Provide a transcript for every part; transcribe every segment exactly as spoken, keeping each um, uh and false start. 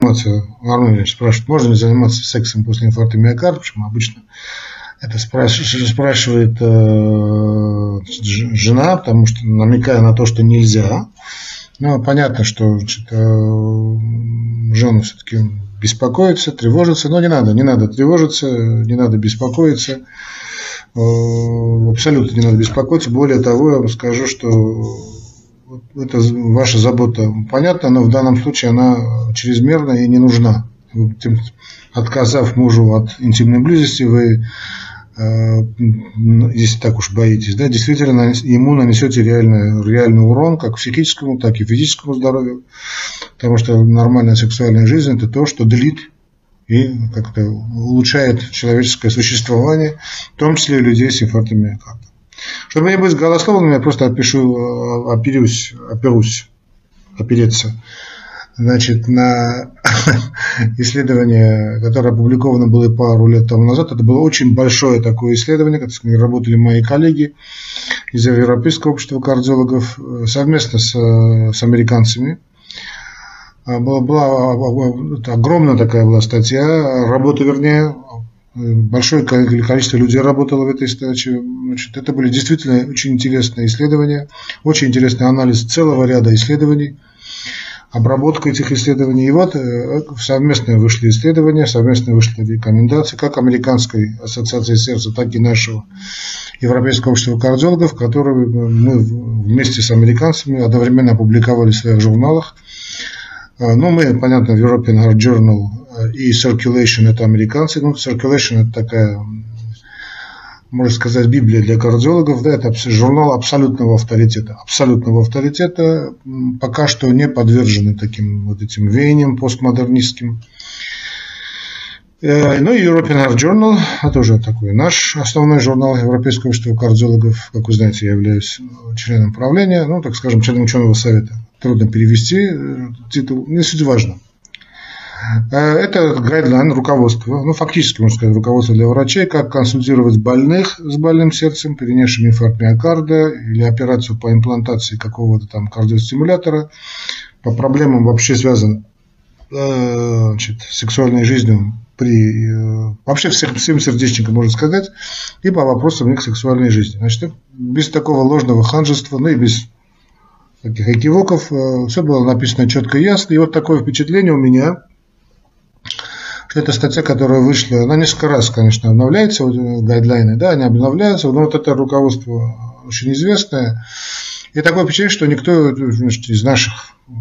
Армен спрашивает, можно ли заниматься сексом после инфаркта миокарда, почему обычно это спрашивает, спрашивает э, жена, потому что намекая на то, что нельзя. Ну, понятно, что значит, э, жена все-таки беспокоится, тревожится, но не надо, не надо тревожиться, не надо беспокоиться, э, абсолютно не надо беспокоиться. Более того, я вам скажу, что это ваша забота понятна, но в данном случае она чрезмерна и не нужна. Отказав мужу от интимной близости, вы, если так уж боитесь, да, действительно ему нанесете реальный, реальный урон, как психическому, так и физическому здоровью, потому что нормальная сексуальная жизнь – это то, что длит и как-то улучшает человеческое существование, в том числе и людей с инфарктом миокарда. Чтобы не быть голословным, я просто опишу, оперюсь, оперусь, опереться, значит, на исследование, которое опубликовано было пару лет тому назад. Это было очень большое такое исследование, которое работали мои коллеги из Европейского общества кардиологов совместно с, с американцами. Была, была огромная такая была статья, работа, вернее, большое количество людей работало в этой статье. Значит, это были действительно очень интересные исследования, очень интересный анализ целого ряда исследований, обработка этих исследований. И вот совместно вышли исследования, совместно вышли рекомендации как Американской ассоциации сердца, так и нашего Европейского общества кардиологов, которые мы вместе с американцами одновременно опубликовали в своих журналах. Ну, мы, понятно, в European Heart Journal и Circulation – это американцы. Ну, Circulation – это такая, можно сказать, Библия для кардиологов. Да, это журнал абсолютного авторитета. Абсолютного авторитета, пока что не подвержены таким вот этим веяниям постмодернистским. Ну и European Heart Journal – это уже такой наш основной журнал Европейского общества кардиологов. Как вы знаете, я являюсь членом правления, ну, так скажем, членом ученого совета. Трудно перевести титул, не суть важно. Это гайдлайн, руководство, ну фактически, можно сказать, руководство для врачей, как консультировать больных с больным сердцем, перенесшим инфаркт миокарда или операцию по имплантации какого-то там кардиостимулятора, по проблемам вообще связанным значит, с сексуальной жизнью, при, вообще всем, всем сердечникам, можно сказать, и по вопросам их сексуальной жизни. Значит, без такого ложного ханжества, ну и без таких экивоков, все было написано четко и ясно. И вот такое впечатление у меня, что эта статья, которая вышла, она несколько раз, конечно, обновляется, вот, гайдлайны, да, они обновляются, но вот это руководство очень известное. И такое впечатление, что никто, значит, из наших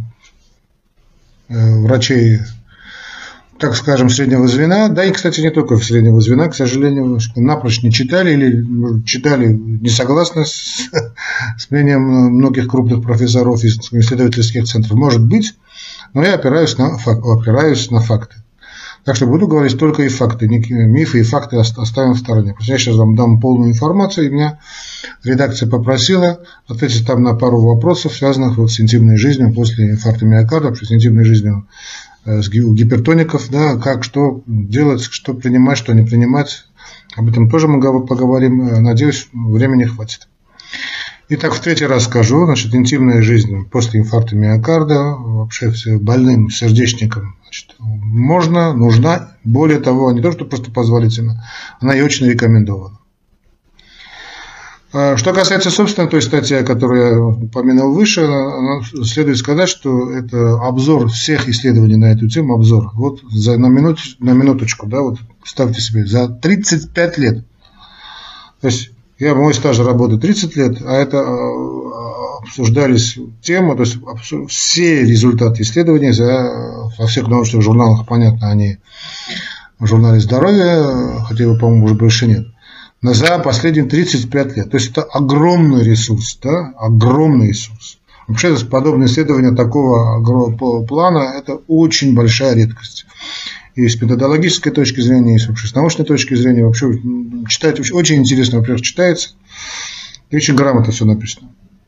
врачей, так скажем, среднего звена, да и, кстати, не только среднего звена, к сожалению, напрочь не читали или читали не согласно с, с мнением многих крупных профессоров из исследовательских центров. Может быть, но я опираюсь на, опираюсь на факты. Так что буду говорить только и факты, мифы и факты оставим в стороне. Я сейчас вам дам полную информацию, и меня редакция попросила ответить там на пару вопросов, связанных вот с интимной жизнью после инфаркта миокарда, вообще с интимной жизнью у гипертоников, да, как, что делать, что принимать, что не принимать. Об этом тоже мы поговорим. Надеюсь, времени хватит. Итак, в третий раз скажу, значит, интимная жизнь после инфаркта миокарда, вообще больным сердечникам, значит, можно, нужна, более того, не то, что просто позволительно, она и очень рекомендована. Что касается, собственно, той статьи, которую я упомянул выше, следует сказать, что это обзор всех исследований на эту тему, обзор. Вот за, на, минут, на минуточку, да, вот ставьте себе, за тридцать пять лет. То есть, я, мой стаж работы тридцать лет, а это обсуждались темы, то есть все результаты исследований за, во всех научных журналах, понятно, они в журнале здоровья, хотя его, по-моему, уже больше нет. За последние тридцать пять лет. То есть это огромный ресурс, да, огромный ресурс. Вообще подобные исследования такого плана – это очень большая редкость. И с методологической точки зрения, и с научной точки зрения вообще читать очень интересно, во-первых, читается, и очень грамотно все написано.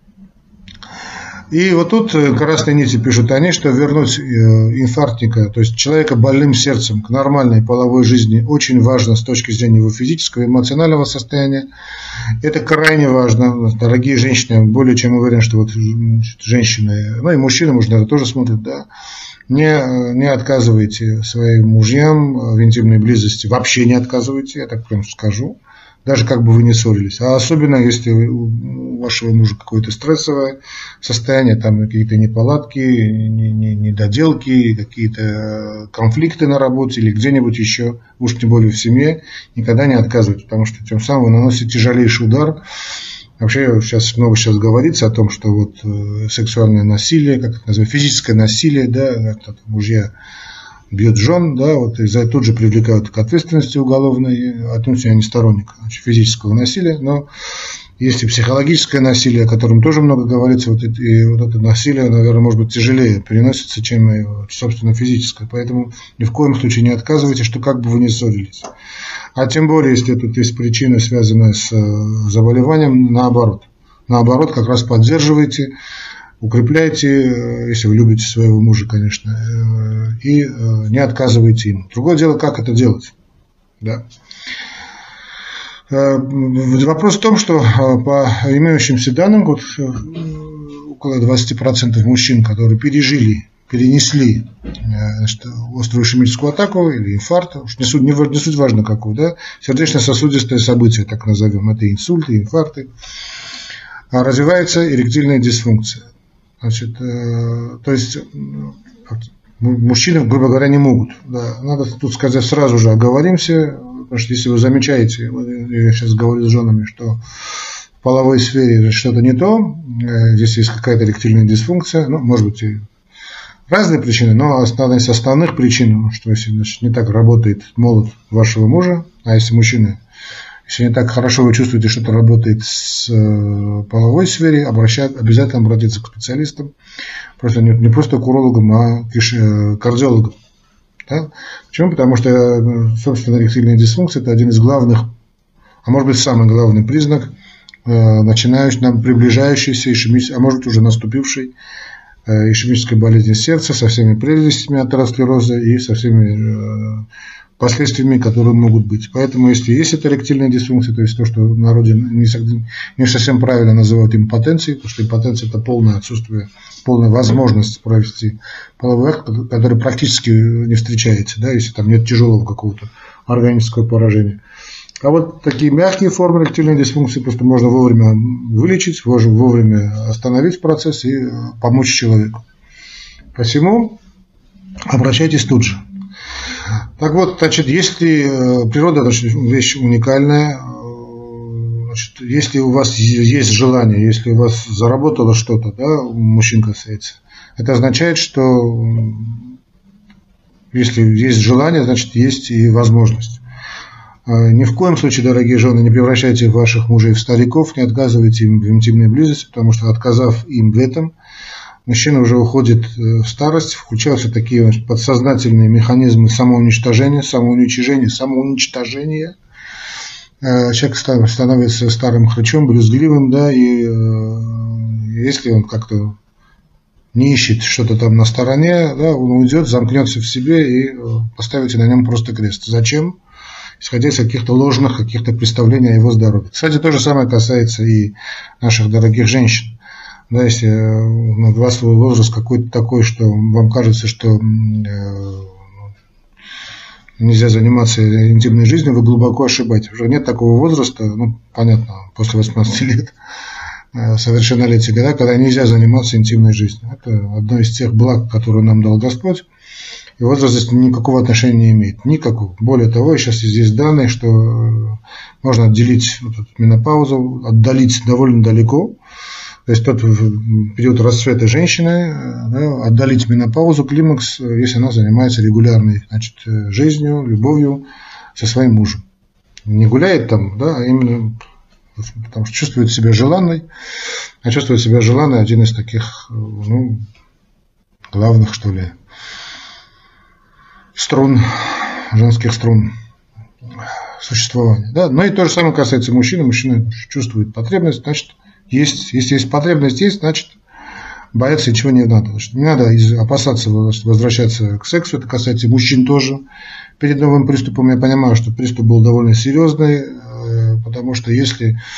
И вот тут красной нити пишут они, что вернуть инфарктника, то есть человека больным сердцем, к нормальной половой жизни очень важно с точки зрения его физического и эмоционального состояния. Это крайне важно. Дорогие женщины, более чем уверен, что вот женщины, ну и мужчины, может, наверное, тоже смотрят, да. Не, не отказывайте своим мужьям в интимной близости, вообще не отказывайте, я так прям скажу, даже как бы вы не ссорились. А особенно, если у вашего мужа какое-то стрессовое состояние, там какие-то неполадки, недоделки, какие-то конфликты на работе или где-нибудь еще, уж тем более в семье, никогда не отказывайте, потому что тем самым вы наносите тяжелейший удар. Вообще сейчас много сейчас говорится о том, что вот э, сексуальное насилие, как это называется, физическое насилие, да, мужья бьют жен, да, вот и за тут же привлекают к ответственности уголовной, отнюдь я не сторонник значит, физического насилия, но есть и психологическое насилие, о котором тоже много говорится, вот это, и вот это насилие, наверное, может быть тяжелее переносится, чем, собственно, физическое, поэтому ни в коем случае не отказывайте, что как бы вы ни ссорились. А тем более, если тут есть причина, связанная с заболеванием, наоборот. Наоборот, как раз поддерживайте, укрепляйте, если вы любите своего мужа, конечно, и не отказывайте ему. Другое дело, как это делать. Да. Вопрос в том, что по имеющимся данным, вот, около двадцать процентов мужчин, которые пережили, перенесли значит, острую ишемическую атаку или инфаркт, уж не суть, не, не суть важно какую, да, сердечно-сосудистое событие, так назовем, это инсульты, инфаркты, а развивается эректильная дисфункция. Значит, э, то есть мужчины, грубо говоря, не могут. Да. Надо тут сказать сразу же, оговоримся, потому что если вы замечаете, я сейчас говорю с женами, что в половой сфере что-то не то, здесь есть какая-то эректильная дисфункция, ну, может быть, и разные причины, но основная из основных причин, что если значит, не так работает молот вашего мужа, а если мужчина, если не так хорошо вы чувствуете, что это работает с половой сфере, обращать, обязательно обратиться к специалистам, просто не, не просто к урологам, а к кардиологам. Да? Почему? Потому что, собственно, эректильная дисфункция – это один из главных, а может быть самый главный признак начинающий, приближающийся, а может уже наступивший ишемической болезни сердца со всеми прелестями атеросклероза и со всеми последствиями, которые могут быть. Поэтому, если есть эта эректильная дисфункция, то есть то, что в народе не, не совсем правильно называют импотенцией, потому что импотенция – это полное отсутствие, полная возможность провести половой акт, который практически не встречается, да, если там нет тяжелого какого-то органического поражения. А вот такие мягкие формы эректильной дисфункции просто можно вовремя вылечить, вовремя остановить процесс и помочь человеку. Посему обращайтесь тут же. Так вот, значит, если природа значит, вещь уникальная, значит, если у вас есть желание, если у вас заработало что-то, да, у мужчин касается, это означает, что если есть желание, значит, есть и возможность. Ни в коем случае, дорогие жены, не превращайте ваших мужей в стариков, не отказывайте им в интимной близости, потому что, отказав им в этом, мужчина уже уходит в старость, включаются такие подсознательные механизмы самоуничтожения, самоуничижения, самоуничтожения. Человек становится старым хрычом, брюзгливым, да, и если он как-то не ищет что-то там на стороне, да, он уйдет, замкнется в себе и поставите на нем просто крест. Зачем? Исходя из каких-то ложных, каких-то представлений о его здоровье. Кстати, то же самое касается и наших дорогих женщин. Да, если у вас свой возраст какой-то такой, что вам кажется, что нельзя заниматься интимной жизнью, вы глубоко ошибаетесь. Уже нет такого возраста, ну, понятно, после восемнадцати лет, совершеннолетия, да, когда нельзя заниматься интимной жизнью. Это одно из тех благ, которые нам дал Господь. И возраст здесь никакого отношения не имеет. Никакого. Более того, сейчас здесь данные, что можно отделить вот эту менопаузу, отдалить довольно далеко. То есть тот период расцвета женщины, да, отдалить менопаузу, климакс, если она занимается регулярной, значит, жизнью, любовью со своим мужем. Не гуляет там, да, а именно потому что чувствует себя желанной. А чувствует себя желанной один из таких, ну, главных, что ли, струн, женских струн существования. Да? Но и то же самое касается мужчины. Мужчина чувствует потребность, значит, есть, если есть потребность, есть, значит, бояться ничего не надо. Значит, не надо опасаться возвращаться к сексу, это касается мужчин тоже. Перед новым приступом я понимаю, что приступ был довольно серьезный, потому что если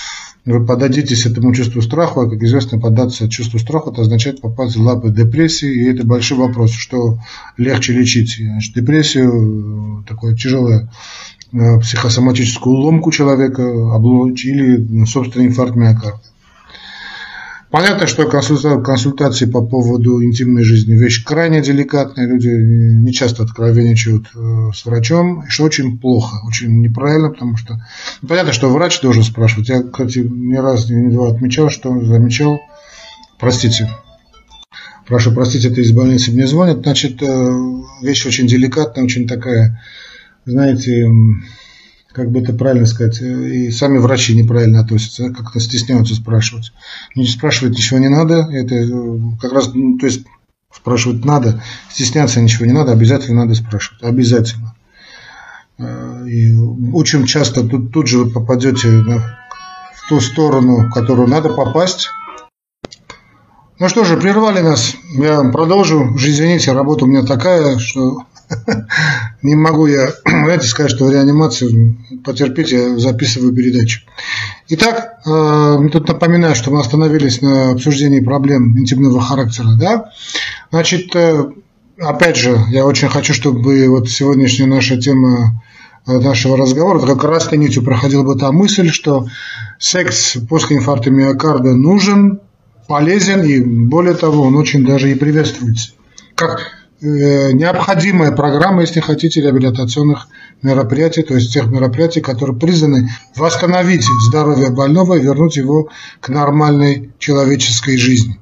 вы поддадитесь этому чувству страха, а, как известно, поддаться чувству страха, это означает попасть в лапы депрессии, и это большой вопрос, что легче лечить. Значит, депрессию, такое тяжелое психосоматическую ломку человека или собственный инфаркт миокарда. Понятно, что консультации по поводу интимной жизни вещь крайне деликатная, люди не часто откровенничают с врачом, что очень плохо, очень неправильно, потому что понятно, что врач должен спрашивать. Я, кстати, не раз, не два отмечал, что замечал, простите, прошу простить, это из больницы мне звонят, значит, вещь очень деликатная, очень такая, знаете, как бы это правильно сказать, и сами врачи неправильно относятся, как-то стесняются спрашивать. Не спрашивать ничего не надо, это как раз, ну, то есть спрашивать надо, стесняться ничего не надо, обязательно надо спрашивать, обязательно. И очень часто тут, тут же вы попадете в ту сторону, в которую надо попасть. Ну что же, прервали нас, я продолжу, извините, работа у меня такая, что... Не могу я, знаете, сказать, что в реанимации, потерпите, я записываю передачу. Итак, тут напоминаю, что мы остановились на обсуждении проблем интимного характера, да? Значит, опять же, я очень хочу, чтобы вот сегодняшняя наша тема нашего разговора, как красной нитью проходила бы та мысль, что секс после инфаркта миокарда нужен, полезен и, более того, он очень даже и приветствуется. Как необходимая программа, если хотите, реабилитационных мероприятий, то есть тех мероприятий, которые призваны восстановить здоровье больного и вернуть его к нормальной человеческой жизни.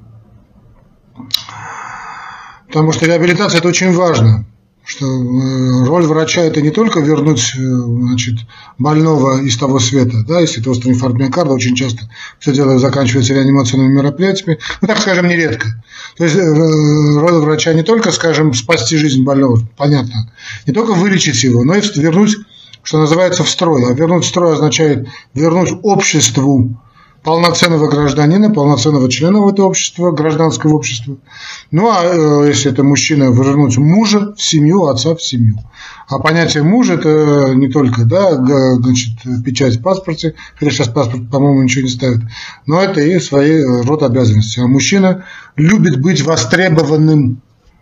Потому что реабилитация – это очень важно, что роль врача – это не только вернуть, значит, больного из того света, да, если это острый инфаркт миокарда, очень часто все дело заканчивается реанимационными мероприятиями, ну, так скажем, нередко. То есть роль врача не только, скажем, спасти жизнь больного, понятно, не только вылечить его, но и вернуть, что называется, в строй. А вернуть в строй означает вернуть обществу полноценного гражданина, полноценного члена в это общество, гражданского общества. Ну, а если это мужчина, вернуть мужа в семью, отца в семью. А понятие мужа – это не только, да, значит, печать в паспорте, хотя сейчас паспорт, по-моему, ничего не ставит, но это и свои род обязанностей. А мужчина любит быть востребованным.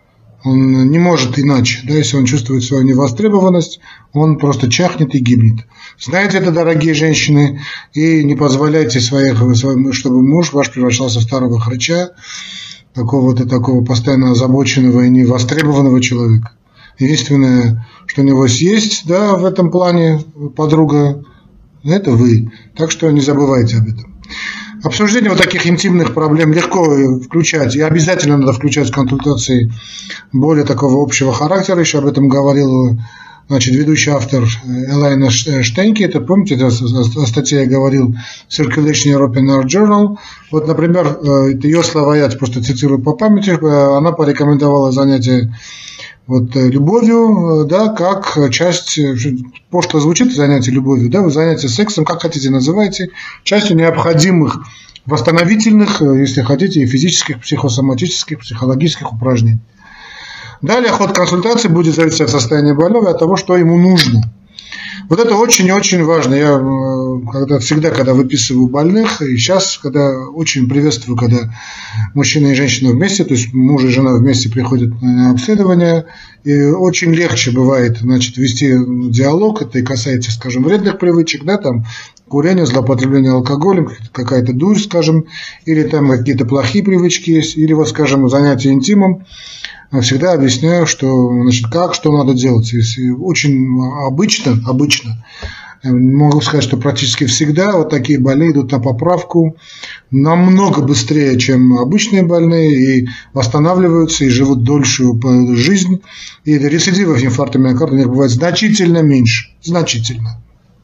Он не может иначе, да, если он чувствует свою невостребованность, он просто чахнет и гибнет. Знаете это, дорогие женщины, и не позволяйте своих, чтобы муж ваш превращался в старого хрыча, какого-то такого постоянно озабоченного и невостребованного человека. Единственное, что у него есть, да, в этом плане, подруга, это вы. Так что не забывайте об этом. Обсуждение вот таких интимных проблем легко включать, и обязательно надо включать в консультации более такого общего характера. Еще об этом говорил, значит, ведущий автор Элайна Штенки. Это, помните, это о статье я говорил Circulation European Art Journal. Вот, например, это ее слова, я просто цитирую по памяти, она порекомендовала занятие вот, любовью, да, как часть, пошло звучит занятие любовью, да, вы занятие сексом, как хотите называйте, частью необходимых восстановительных, если хотите, и физических, психосоматических, психологических упражнений. Далее ход консультации будет зависеть от состояния больного и от того, что ему нужно. Вот это очень и очень важно. Я когда, всегда, когда выписываю больных, и сейчас, когда очень приветствую, когда мужчина и женщина вместе, то есть муж и жена вместе приходят на обследование, и очень легче бывает, значит, вести диалог. Это и касается, скажем, вредных привычек, да, там, курение, злоупотребление алкоголем, какая-то дурь, скажем, или там какие-то плохие привычки есть, или вот, скажем, занятия интимом. Всегда объясняю, что, значит, как, что надо делать. Если очень обычно, обычно, могу сказать, что практически всегда вот такие больные идут на поправку намного быстрее, чем обычные больные, и восстанавливаются, и живут дольшую жизнь. И рецидивов инфаркта миокарда у них бывает значительно меньше. Значительно.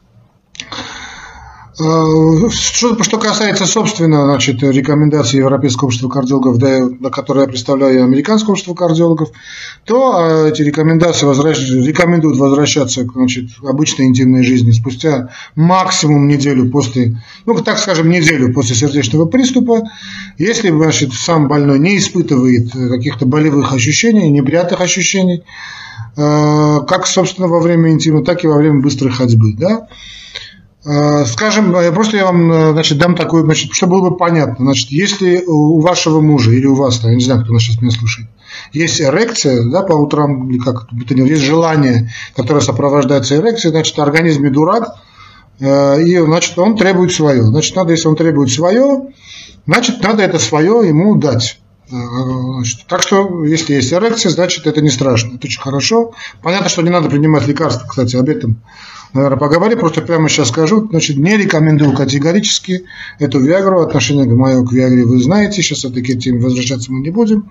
Что, что касается, собственно, значит, рекомендаций Европейского общества кардиологов, да, на которое я представляю Американское общество кардиологов, то эти рекомендации возвращ... рекомендуют возвращаться, значит, к обычной интимной жизни спустя максимум неделю после, ну, так скажем, неделю после сердечного приступа, если, значит, сам больной не испытывает каких-то болевых ощущений, неприятных ощущений, как, собственно, во время интима, так и во время быстрой ходьбы, да. Скажем, просто я вам, значит, дам такую, значит, чтобы было бы понятно. Значит, если у вашего мужа или у вас, я не знаю, кто нас сейчас меня слушает, есть эрекция, да, по утрам, или как это, есть желание, которое сопровождается эрекцией, значит, организм не дурак, и, значит, он требует свое. Значит, надо, если он требует свое, значит, надо это свое ему дать. Значит, так что, если есть эрекция, значит, это не страшно, это очень хорошо. Понятно, что не надо принимать лекарства, кстати, об этом, наверное, поговорим, просто прямо сейчас скажу. Значит, не рекомендую категорически эту виагру, отношение мое к виагре вы знаете, сейчас к такой теме возвращаться мы не будем.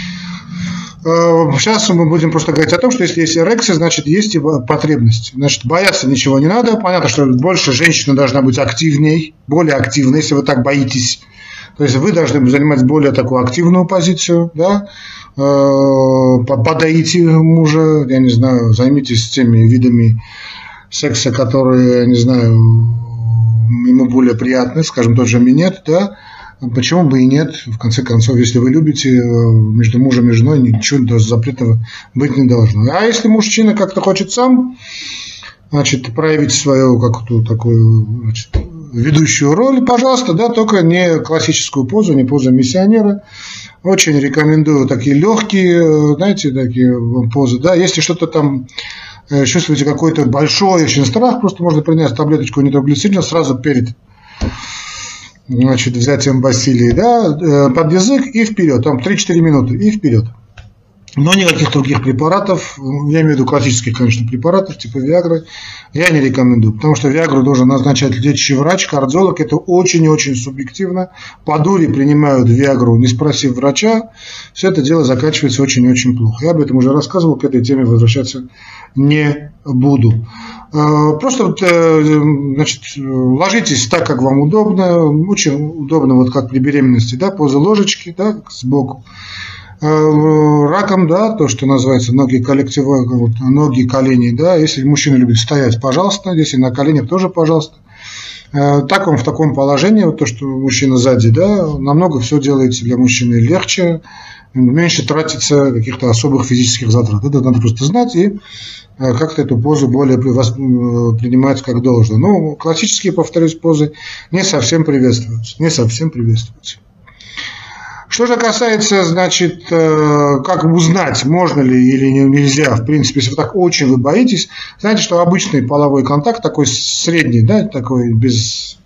Сейчас мы будем просто говорить о том, что если есть эрекция, значит, есть и потребность. Значит, бояться ничего не надо. Понятно, что больше женщина должна быть активней, более активной, если вы так боитесь. То есть вы должны занимать более такую активную позицию, да, подоите мужа, я не знаю, займитесь теми видами секса, которые, я не знаю, ему более приятны, скажем, тот же минет, да, почему бы и нет, в конце концов, если вы любите, между мужем и женой ничего запретного быть не должно. А если мужчина как-то хочет сам, значит, проявить свою какую-то такую, значит, ведущую роль, пожалуйста, да, только не классическую позу, не позу миссионера. Очень рекомендую такие легкие, знаете, такие позы, да, если что-то там чувствуете какой-то большой очень страх, просто можно принять таблеточку нитроглицерина сразу перед, значит, взятием басилии, да, под язык и вперед, там три-четыре минуты и вперед. Но никаких других препаратов, я имею в виду классических, конечно, препаратов, типа Виагры, я не рекомендую, потому что Виагру должен назначать лечащий врач, кардиолог, это очень и очень субъективно. По дуре принимают Виагру, не спросив врача, все это дело заканчивается очень и очень плохо. Я об этом уже рассказывал, к этой теме возвращаться не буду. Просто, значит, ложитесь так, как вам удобно, очень удобно, вот как при беременности, да, поза ложечки, да, сбоку. Раком, да, то, что называется ноги коллективой, вот, ноги, колени, да, если мужчина любит стоять, пожалуйста, если на коленях, тоже пожалуйста. Так он в таком положении, вот то, что мужчина сзади, да, намного все делается для мужчины легче, меньше тратится каких-то особых физических затрат. Это надо просто знать и как-то эту позу более принимать как должно. Но классические, повторюсь, позы не совсем приветствуются, не совсем приветствуются. Что же касается, значит, как узнать, можно ли или нельзя, в принципе, если вы так очень вы боитесь, знаете, что обычный половой контакт, такой средний, да, такой без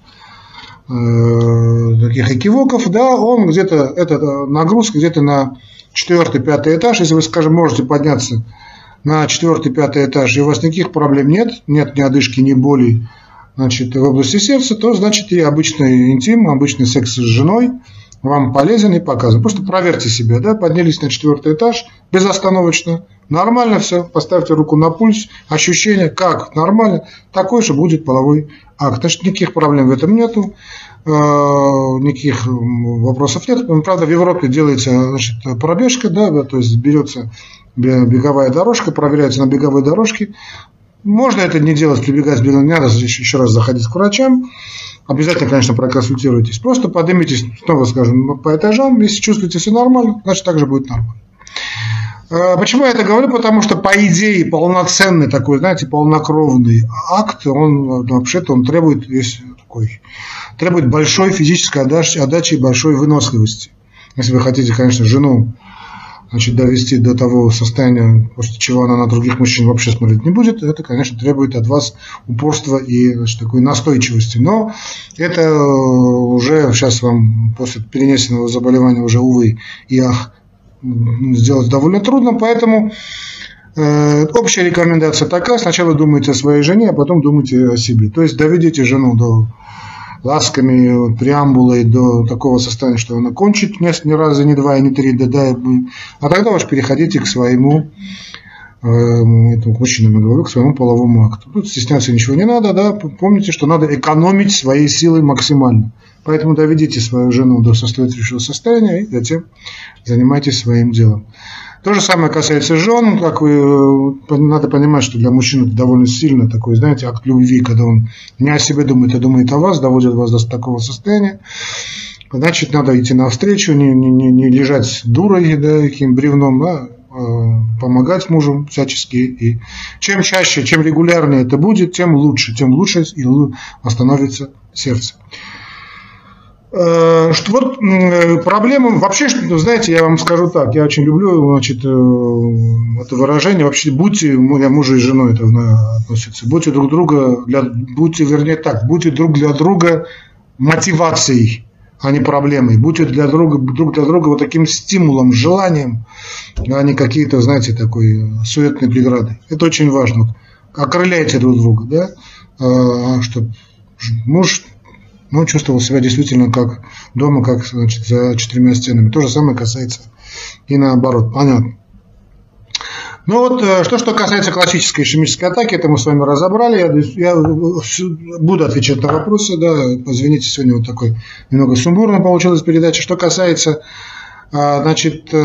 э, таких экивоков, да, он где-то, эта нагрузка где-то на четвертый-пятый этаж, если вы, скажем, можете подняться на четвертый-пятый этаж, и у вас никаких проблем нет, нет ни одышки, ни боли, значит, в области сердца, то, значит, и обычный интим, обычный секс с женой вам полезен и показан. Просто проверьте себя, да, поднялись на четвертый этаж безостановочно, нормально все, поставьте руку на пульс, ощущение, как нормально, такой же будет половой акт. Значит, никаких проблем в этом нету, э, никаких вопросов нет. Правда, в Европе делается, значит, пробежка, да, то есть берется беговая дорожка, проверяется на беговой дорожке. Можно это не делать, прибегать, не надо еще раз заходить к врачам. Обязательно, конечно, проконсультируйтесь. Просто поднимитесь, снова скажем, по этажам. Если чувствуете все нормально, значит, так же будет нормально. Почему я это говорю? Потому что, по идее, полноценный такой, знаете, полнокровный акт, он вообще-то он требует, есть такой, требует большой физической отдачи, отдачи и большой выносливости. Если вы хотите, конечно, жену, значит, довести до того состояния, после чего она на других мужчин вообще смотреть не будет, это, конечно, требует от вас упорства и, значит, такой настойчивости. Но это уже сейчас вам после перенесенного заболевания уже, увы и ах, сделать довольно трудно, поэтому э, общая рекомендация такая: сначала думайте о своей жене, а потом думайте о себе. То есть доведите жену до ласками, преамбулой до такого состояния, что она кончит не, ни раза, ни два, ни три, да, да, а тогда уж переходите к своему, э, этому мужчинам я говорю, к своему половому акту. Тут стесняться ничего не надо, да, помните, что надо экономить свои силы максимально. Поэтому доведите свою жену до состоятельного состояния и затем занимайтесь своим делом. То же самое касается жен, как вы, надо понимать, что для мужчин это довольно сильно такой, знаете, акт любви, когда он не о себе думает, а думает о вас, доводит вас до такого состояния. Значит, надо идти навстречу, не, не, не лежать дурой, да, каким бревном, да, помогать мужу всячески. И чем чаще, чем регулярнее это будет, тем лучше, тем лучше и остановится сердце. Что вот проблема, вообще, знаете, я вам скажу так, я очень люблю, значит, это выражение, вообще, будьте, я мужу и женой это относится, будьте друг друга, для, будьте, вернее так, будьте друг для друга мотивацией, а не проблемой, будьте для друга, друг для друга вот таким стимулом, желанием, а не какие-то, знаете, такой суетной преградой. Это очень важно. Окрыляйте друг друга, да, чтобы муж но чувствовал себя действительно как дома, как, значит, за четырьмя стенами. То же самое касается и наоборот. Понятно. Ну вот, что, что касается классической ишемической атаки, это мы с вами разобрали. Я, я буду отвечать на вопросы. Да. Извините, сегодня вот такой немного сумбурно получилась передача. Что касается, значит,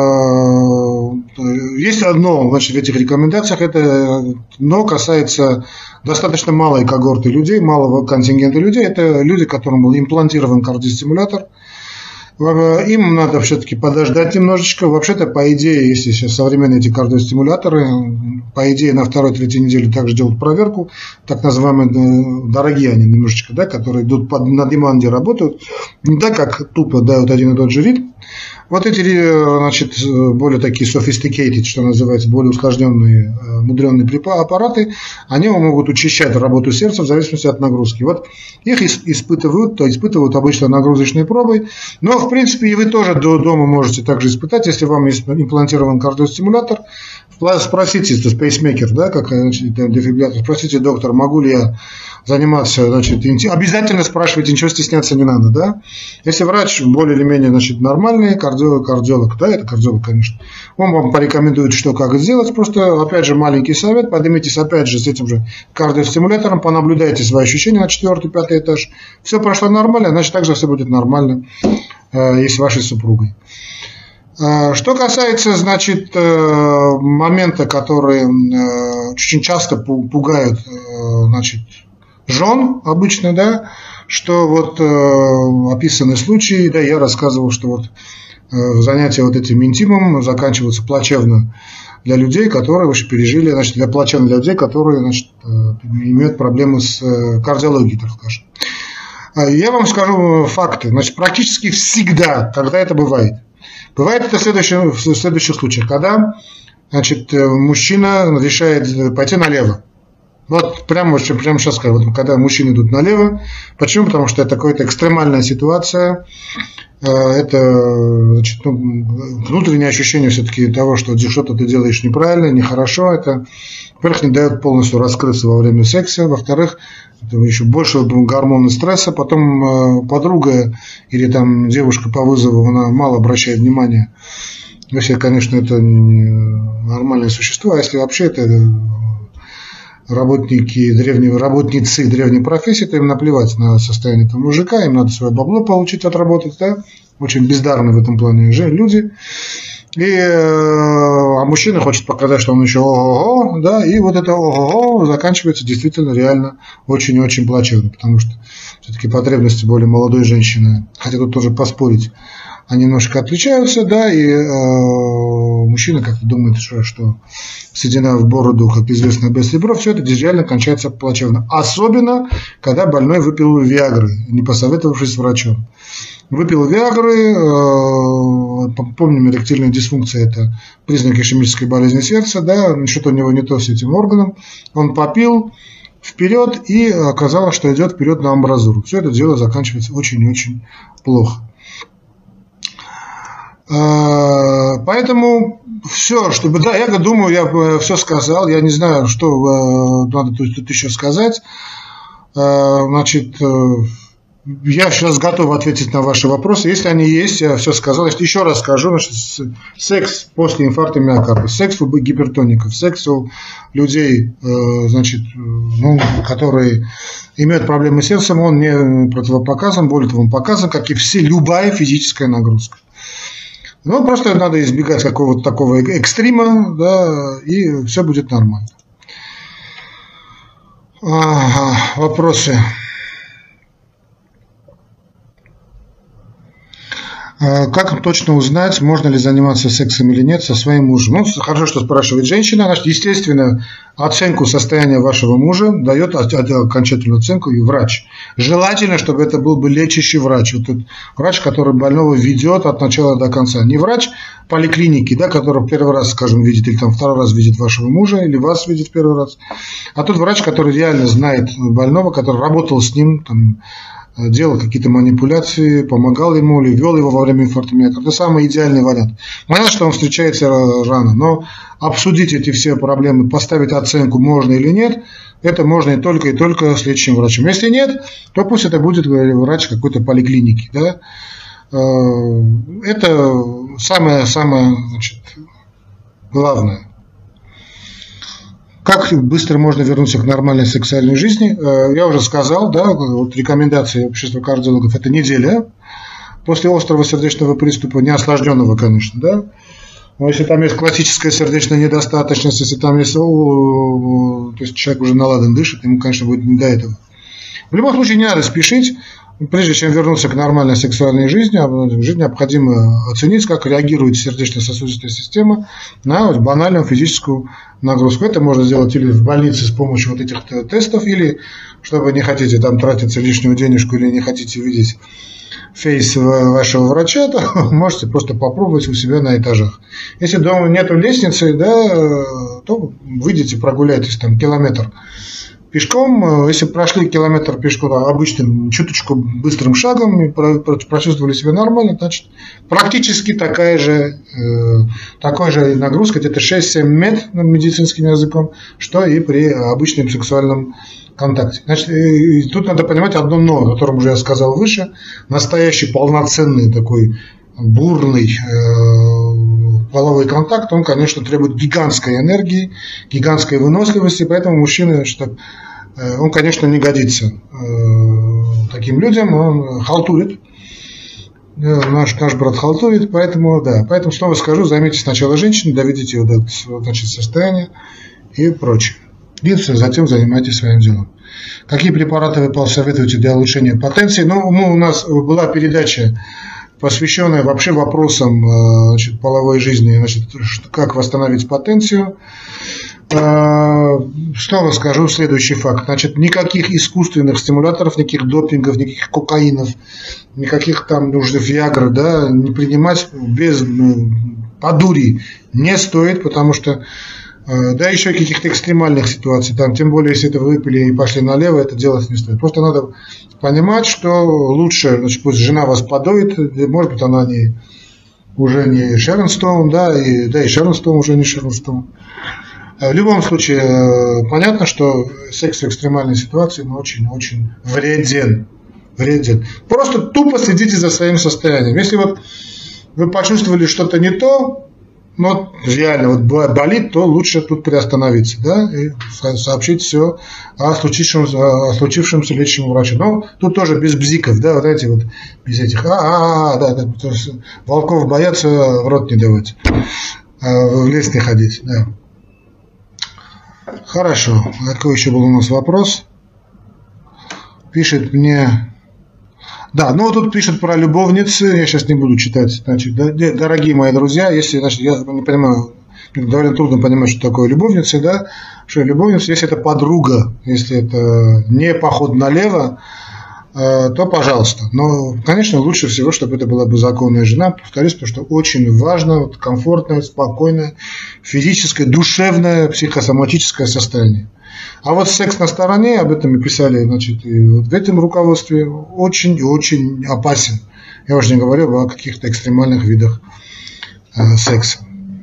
есть одно, значит, в этих рекомендациях, это но касается достаточно малой когорты людей, малого контингента людей. Это люди, которым был имплантирован кардиостимулятор. Им надо все-таки подождать немножечко. Вообще-то, по идее, если сейчас современные эти кардиостимуляторы, по идее, на второй-третьей неделе также делают проверку, так называемые дорогие они немножечко, да, которые идут под, на деманде работают, не так, как тупо дают один и тот же ритм. Вот эти, значит, более такие sophisticated, что называется, более усложненные, мудренные аппараты, они могут учащать работу сердца в зависимости от нагрузки. Вот их испытывают, то испытывают обычно нагрузочной пробой, но, в принципе, и вы тоже дома можете также испытать, если вам есть имплантирован кардиостимулятор. Спросите, это пейсмейкер, да, как, значит, дефибриллятор, спросите, доктор, могу ли я заниматься, значит, обязательно спрашивайте, ничего стесняться не надо, да. Если врач более или менее, значит, нормальный, кардиолог, кардиолог, да, это кардиолог, конечно, он вам порекомендует, что, как сделать, просто, опять же, маленький совет, поднимитесь, опять же, с этим же кардиостимулятором, понаблюдайте свои ощущения на четвертый, пятый этаж, все прошло нормально, значит, также все будет нормально э, и с вашей супругой. Что касается, значит, момента, которые очень часто пугают, значит, жен обычно, да, что вот описаны случаи, да, я рассказывал, что вот занятия вот этим интимом заканчиваются плачевно для людей, которые вообще пережили, значит, для плачевно для людей, которые, значит, имеют проблемы с кардиологией, так скажем. Я вам скажу факты. Значит, практически всегда, когда это бывает, Бывает это в следующих, в следующих случаях, когда, значит, мужчина решает пойти налево. Вот прямо, прямо сейчас скажу, вот, когда мужчины идут налево. Почему? Потому что это какая-то экстремальная ситуация. Это, значит, ну, внутреннее ощущение все-таки того, что что-то ты делаешь неправильно, нехорошо. Это, во-первых, не дает полностью раскрыться во время секса. Во-вторых, это еще больше гормоны стресса. Потом подруга или там девушка по вызову, она мало обращает внимания. Если, конечно, это не нормальное существо, а если вообще это работники, древние, работницы древней профессии, то им наплевать на состояние этого мужика, им надо свое бабло получить, отработать, да? Очень бездарные в этом плане же люди. И, а мужчина хочет показать, что он еще ого-го, да, и вот это ого-го заканчивается действительно реально очень-очень плачевно, потому что все-таки потребности более молодой женщины, хотя тут тоже поспорить, они немножко отличаются, да, и э, мужчина как-то думает, что, что седина в бороду, как известно, без ребров, все это реально кончается плачевно. Особенно, когда больной выпил виагры, не посоветовавшись с врачом. Выпил виагры, э, помним, эректильная дисфункция – это признак ишемической болезни сердца, да, что-то у него не то с этим органом. Он попил вперед, и оказалось, что идет вперед на амбразуру. Все это дело заканчивается очень-очень плохо. Поэтому все, чтобы, да, я думаю, я все сказал, я не знаю, что надо тут, тут еще сказать. Значит, я сейчас готов ответить на ваши вопросы. Если они есть, я все сказал. Значит, еще раз скажу, значит, секс после инфаркта миокарда, секс у гипертоников, секс у людей, значит, ну, которые имеют проблемы с сердцем, он не противопоказан, более того, он показан, как и все, любая физическая нагрузка. Ну, просто надо избегать какого-то такого экстрима, да, и все будет нормально. Ага, вопросы. Как точно узнать, можно ли заниматься сексом или нет со своим мужем? Ну, хорошо, что спрашивает женщина. Значит, естественно, оценку состояния вашего мужа дает окончательную оценку и врач. Желательно, чтобы это был бы лечащий врач. Вот этот врач, который больного ведет от начала до конца. Не врач поликлиники, да, который первый раз, скажем, видит, или там второй раз видит вашего мужа, или вас видит в первый раз. А тот врач, который реально знает больного, который работал с ним, там, делал какие-то манипуляции, помогал ему или вел его во время инфаркта миокарда. Это самый идеальный вариант. Понятно, что он встречается рано, но обсудить эти все проблемы, поставить оценку, можно или нет, это можно и только и только с лечащим врачом. Если нет, то пусть это будет врач какой-то поликлиники. Да? Это самое-самое, значит, главное. Как быстро можно вернуться к нормальной сексуальной жизни? Я уже сказал, да, вот рекомендации общества кардиологов – это неделя после острого сердечного приступа, неосложненного, конечно, да. Но если там есть классическая сердечная недостаточность, если там есть, то есть человек уже наладан дышит, ему, конечно, будет не до этого. В любом случае не надо спешить. Прежде чем вернуться к нормальной сексуальной жизни, жизнь необходимо оценить, как реагирует сердечно-сосудистая система на банальную физическую нагрузку. Это можно сделать или в больнице с помощью вот этих тестов, или, чтобы не хотите там тратиться лишнюю денежку, или не хотите видеть фейс вашего врача, то можете просто попробовать у себя на этажах. Если дома нету лестницы, да, то выйдите, прогуляйтесь там километр пешком. Если прошли километр пешком обычным, чуточку быстрым шагом и прочувствовали себя нормально, значит, практически такая же, э, такой же нагрузка, где-то шесть-семь мет медицинским языком, что и при обычном сексуальном контакте. Значит, и тут надо понимать одно но, о котором уже я сказал выше. Настоящий полноценный такой бурный э, половой контакт, он, конечно, требует гигантской энергии, гигантской выносливости, поэтому мужчина, что, э, он, конечно, не годится э, таким людям, он халтурит, э, наш, наш брат халтурит, поэтому, да, поэтому снова скажу, займитесь сначала женщиной, доведите ее до, значит, состояния и прочее. И затем занимайтесь своим делом. Какие препараты вы посоветуете для улучшения потенции? Ну, мы, у нас была передача, посвященная вообще вопросам, значит, половой жизни, значит, как восстановить потенцию. Снова скажу следующий факт. Значит, никаких искусственных стимуляторов, никаких допингов, никаких кокаинов, никаких там нужных виагр, да, не принимать без, ну, по дури не стоит, потому что, да, еще каких-то экстремальных ситуаций, там, тем более, если это выпили и пошли налево, это делать не стоит. Просто надо понимать, что лучше, значит, пусть жена вас подоит, может быть, она не, уже не Шерон Стоун, да, и, да, и Шерон Стоун уже не Шерон Стоун. В любом случае, понятно, что секс в экстремальной ситуации очень-очень вреден. вреден. Просто тупо следите за своим состоянием. Если вот вы почувствовали что-то не то, но реально вот болит, то лучше тут приостановиться, да, и сообщить все о случившемся, о случившемся лечащему врачу. Но тут тоже без бзиков, да, вот эти вот, без этих, а, а, да, да, волков боятся, в рот не давать, в лес не ходить, да. Хорошо, какой еще был у нас вопрос? Пишет мне... Да, ну тут пишут про любовницы, я сейчас не буду читать. Значит, дорогие мои друзья, если, значит, я не понимаю, довольно трудно понимать, что такое любовница, да, что любовница, если это подруга, если это не поход налево, то пожалуйста. Но, конечно, лучше всего, чтобы это была бы законная жена, повторюсь, потому что очень важно вот, комфортное, спокойное, физическое, душевное, психосоматическое состояние. А вот секс на стороне, об этом и писали, значит, и вот в этом руководстве, очень и очень опасен. Я уже не говорю о каких-то экстремальных видах э, секса.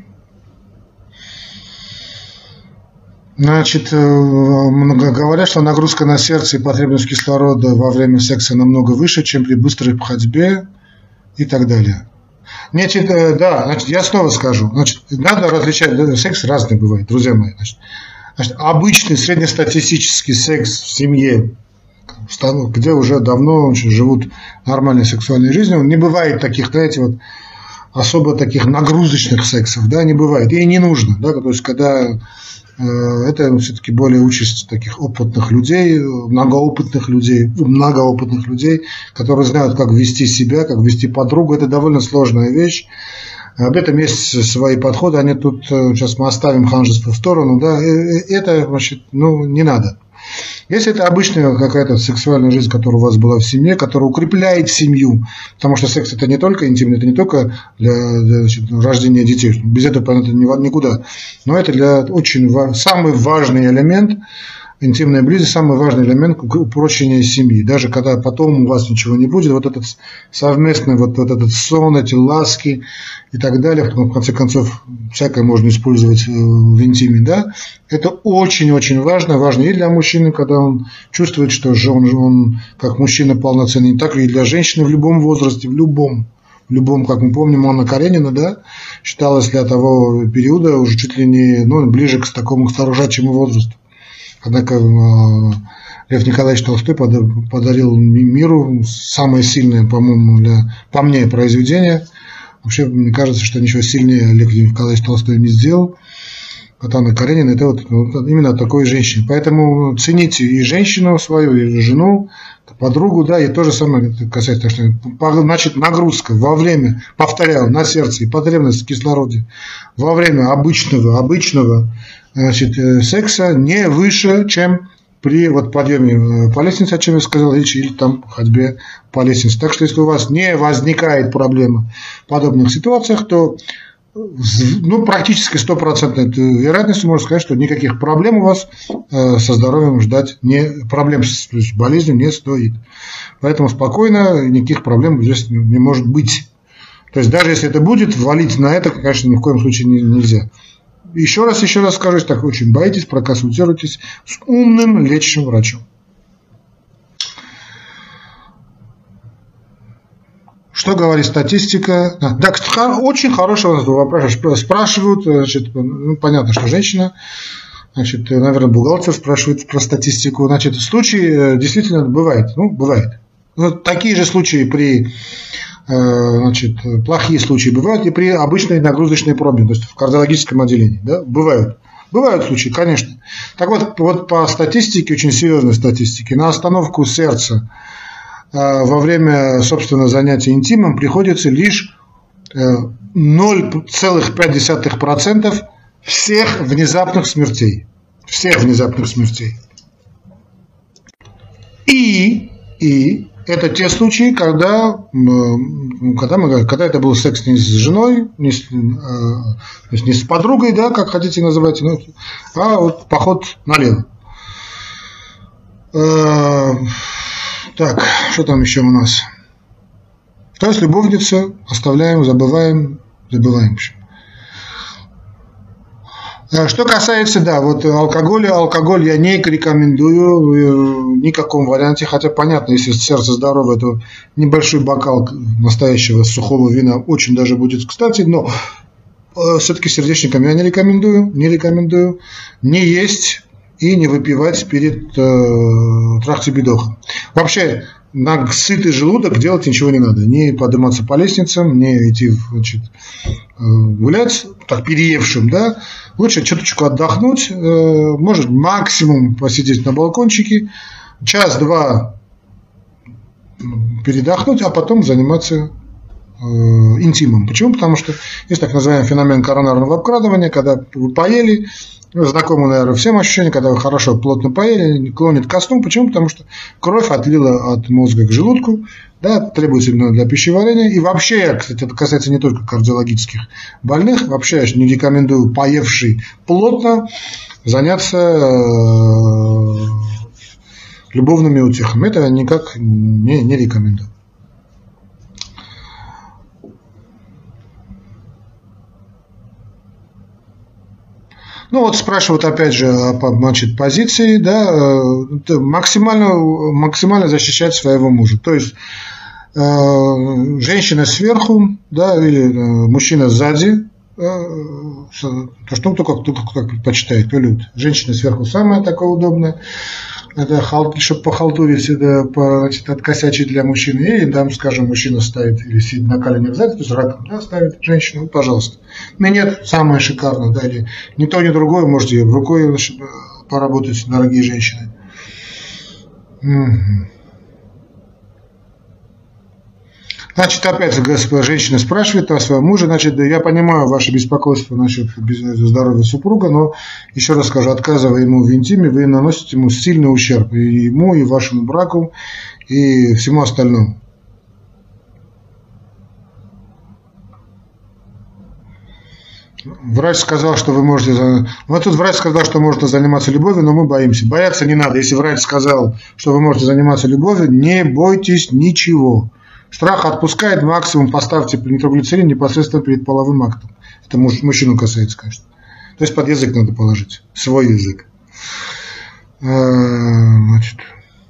Значит, говорят, что нагрузка на сердце и потребность кислорода во время секса намного выше, чем при быстрой ходьбе и так далее. Значит, да, значит, я снова скажу. Значит, надо различать, секс разный бывает, друзья мои. Значит, значит, обычный среднестатистический секс в семье, где уже давно живут нормальной сексуальной жизнью, не бывает таких, знаете, вот особо таких нагрузочных сексов, да, не бывает, и не нужно, да, то есть когда Это все-таки более участь таких опытных людей, многоопытных людей, многоопытных людей, которые знают, как вести себя, как вести подругу. Это довольно сложная вещь. Об этом есть свои подходы. Они тут, сейчас мы оставим ханжество в сторону, да, это, значит, ну, не надо. Если это обычная какая-то сексуальная жизнь, которая у вас была в семье, которая укрепляет семью, потому что секс это не только интимный, это не только для, для значит, рождения детей, без этого, понятно, никуда, но это для очень самый важный элемент. Интимная близость – самый важный элемент упрочения семьи. Даже когда потом у вас ничего не будет, вот этот совместный вот, вот этот сон, эти ласки и так далее, в конце концов, всякое можно использовать в интиме, да, это очень-очень важно, важно и для мужчины, когда он чувствует, что же он, он как мужчина полноценный, так и для женщины в любом возрасте, в любом. В любом, как мы помним, Анна Каренина, да, считалась для того периода уже чуть ли не, ну, ближе к такому старушачьему возрасту. Однако Лев Николаевич Толстой подарил миру самое сильное, по-моему, для, по мне, произведение. Вообще, мне кажется, что ничего сильнее Лев Николаевич Толстой не сделал. Вот Анна Каренина – это вот, вот именно такой женщина. Поэтому цените и женщину свою, и жену, подругу, да, и то же самое касается, что, значит, нагрузка во время, повторяю, на сердце и потребность в кислороде во время обычного, обычного значит, секса не выше, чем при вот, подъеме по лестнице, о чем я сказал, или, или там ходьбе по лестнице. Так что если у вас не возникает проблема в подобных ситуациях, то ну, практически стопроцентной вероятностью можно сказать, что никаких проблем у вас со здоровьем ждать, не, проблем с болезнью не стоит. Поэтому спокойно, никаких проблем здесь не может быть. То есть даже если это будет, валить на это, конечно, ни в коем случае нельзя. Еще раз, еще раз скажу, если так очень боитесь, проконсультируйтесь с умным лечащим врачом. Что говорит статистика? Да, да, очень хороший вопрос. Спрашивают, значит, ну, понятно, что женщина, значит, наверное, бухгалтер спрашивает про статистику. Значит, случаи действительно бывает, ну, бывает. Ну, такие же случаи при, значит, плохие случаи бывают и при обычной нагрузочной пробе, то есть в кардиологическом отделении, да, бывают. Бывают случаи, конечно. Так вот, вот по статистике, очень серьезной статистике, на остановку сердца во время, собственно, занятия интимом приходится лишь ноль целых пять десятых процента всех внезапных смертей. Всех внезапных смертей. И, и это те случаи, когда, когда, мы, когда это был секс не с женой, не с, не с подругой, да, как хотите называть, а вот поход налево. Так, что там еще у нас? То есть любовница, оставляем, забываем, забываем. В общем. Что касается, да, вот алкоголя, алкоголь я не рекомендую в никаком варианте, хотя понятно, если сердце здоровое, то небольшой бокал настоящего сухого вина очень даже будет кстати, но все-таки сердечникам я не рекомендую, не рекомендую не есть и не выпивать перед э, трахтебедохом. Вообще, на сытый желудок делать ничего не надо. Не подниматься по лестницам, не идти, значит, гулять, так переевшим, да. Лучше чуточку отдохнуть, э, может максимум посидеть на балкончике, час-два передохнуть, а потом заниматься э, интимом. Почему? Потому что есть так называемый феномен коронарного обкрадывания, когда вы поели, знакомо, наверное, всем ощущение, когда вы хорошо, плотно поели, клонит ко сну. Почему? Потому что кровь отлила от мозга к желудку, да, требуется для пищеварения. И вообще, кстати, это касается не только кардиологических больных, вообще я не рекомендую, поевший плотно, заняться э, любовными утехами. Это никак не, не рекомендую. Ну вот спрашивают опять же о, значит, позиции, да, максимально, максимально защищать своего мужа. То есть э, женщина сверху, да, или э, мужчина сзади, то что кто как, кто как предпочитает, кто любит. Женщина сверху самая такая удобная, это хал, чтобы похалтурить, это, по, значит, откосячить для мужчины. И там, скажем, мужчина ставит или сидит на коленях сзади, то есть раком, да, ставит женщину, ну, пожалуйста. Ну нет, самое шикарное, да, или ни то, ни другое, можете рукой, значит, поработать, дорогие женщины. Угу. Значит, опять женщина спрашивает о своем муже. Значит, я понимаю ваше беспокойство насчет здоровья супруга, но еще раз скажу, отказывая ему в интиме, вы наносите ему сильный ущерб и ему, и вашему браку, и всему остальному. Врач сказал, что вы можете... Вот тут врач сказал, что можете заниматься любовью, но мы боимся. Бояться не надо. Если врач сказал, что вы можете заниматься любовью, не бойтесь ничего. Страх отпускает, максимум поставьте нитроглицерин непосредственно перед половым актом. Это мужчину касается, конечно. То есть под язык надо положить, свой язык. Значит.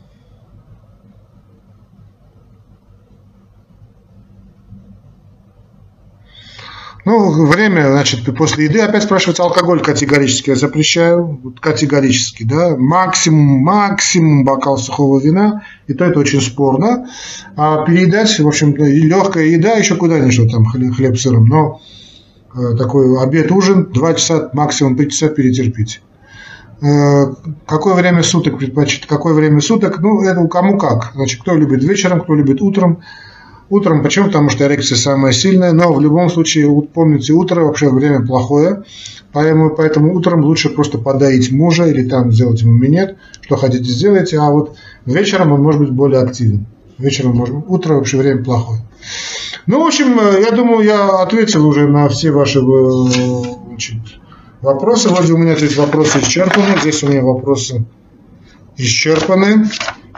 Ну, время, значит, после еды опять спрашивается, алкоголь категорически я запрещаю, категорически, да, максимум, максимум бокал сухого вина, и то это очень спорно, а переедать, в общем, легкая еда, еще куда-нибудь, там, хлеб с сыром, но э, такой обед, ужин, два часа, максимум три часа перетерпите. Э, какое время суток предпочитать, какое время суток, ну, это кому как, значит, кто любит вечером, кто любит утром. Утром, почему? Потому что эрекция самая сильная, но в любом случае, помните, утро вообще время плохое, поэтому, поэтому утром лучше просто подоить мужа или там сделать ему минет, что хотите сделайте, а вот вечером он может быть более активен. Вечером, может быть, утро вообще время плохое. Ну, в общем, я думаю, я ответил уже на все ваши, значит, вопросы. Вроде у меня здесь вопросы исчерпаны, здесь у меня вопросы исчерпаны.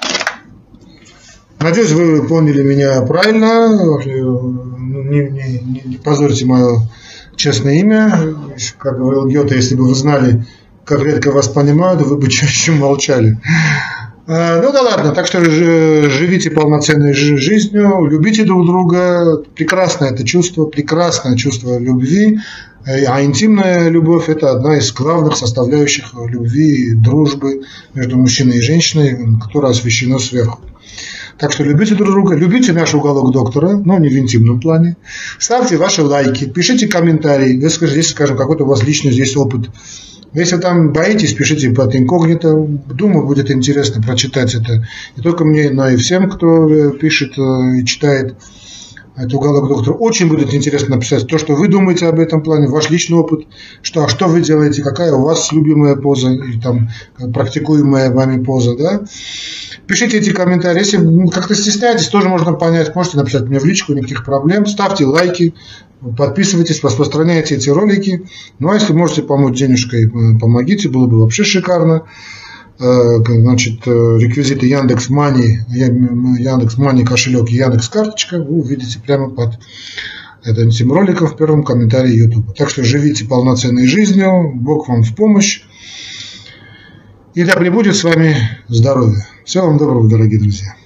Надеюсь, вы поняли меня правильно, не, не, не позорьте мое честное имя. Как говорил Гёте, если бы вы знали, как редко вас понимают, вы бы чаще молчали. Ну да ладно, так что живите полноценной жизнью, любите друг друга, прекрасное это чувство, прекрасное чувство любви, а интимная любовь – это одна из главных составляющих любви и дружбы между мужчиной и женщиной, которая освящена сверху. Так что любите друг друга, любите наш уголок доктора, но не в интимном плане. Ставьте ваши лайки, пишите комментарии, если, скажем, какой-то у вас личный здесь опыт. Если там боитесь, пишите под инкогнито. Думаю, будет интересно прочитать это не только мне, но и всем, кто пишет и читает этот уголок доктора. Очень будет интересно написать то, что вы думаете об этом плане, ваш личный опыт, что, что вы делаете, какая у вас любимая поза, или там практикуемая вами поза, да. Пишите эти комментарии. Если как-то стесняетесь, тоже можно понять. Можете написать мне в личку, никаких проблем. Ставьте лайки, подписывайтесь, распространяйте эти ролики. Ну а если можете помочь денежкой, помогите, было бы вообще шикарно. Значит, реквизиты Яндекс.Мани, Яндекс.Мани кошелек, Яндекс.Карточка вы увидите прямо под этим роликом в первом комментарии YouTube. Так что живите полноценной жизнью, Бог вам в помощь. И да пребудет с вами здоровье. Всего вам доброго, дорогие друзья.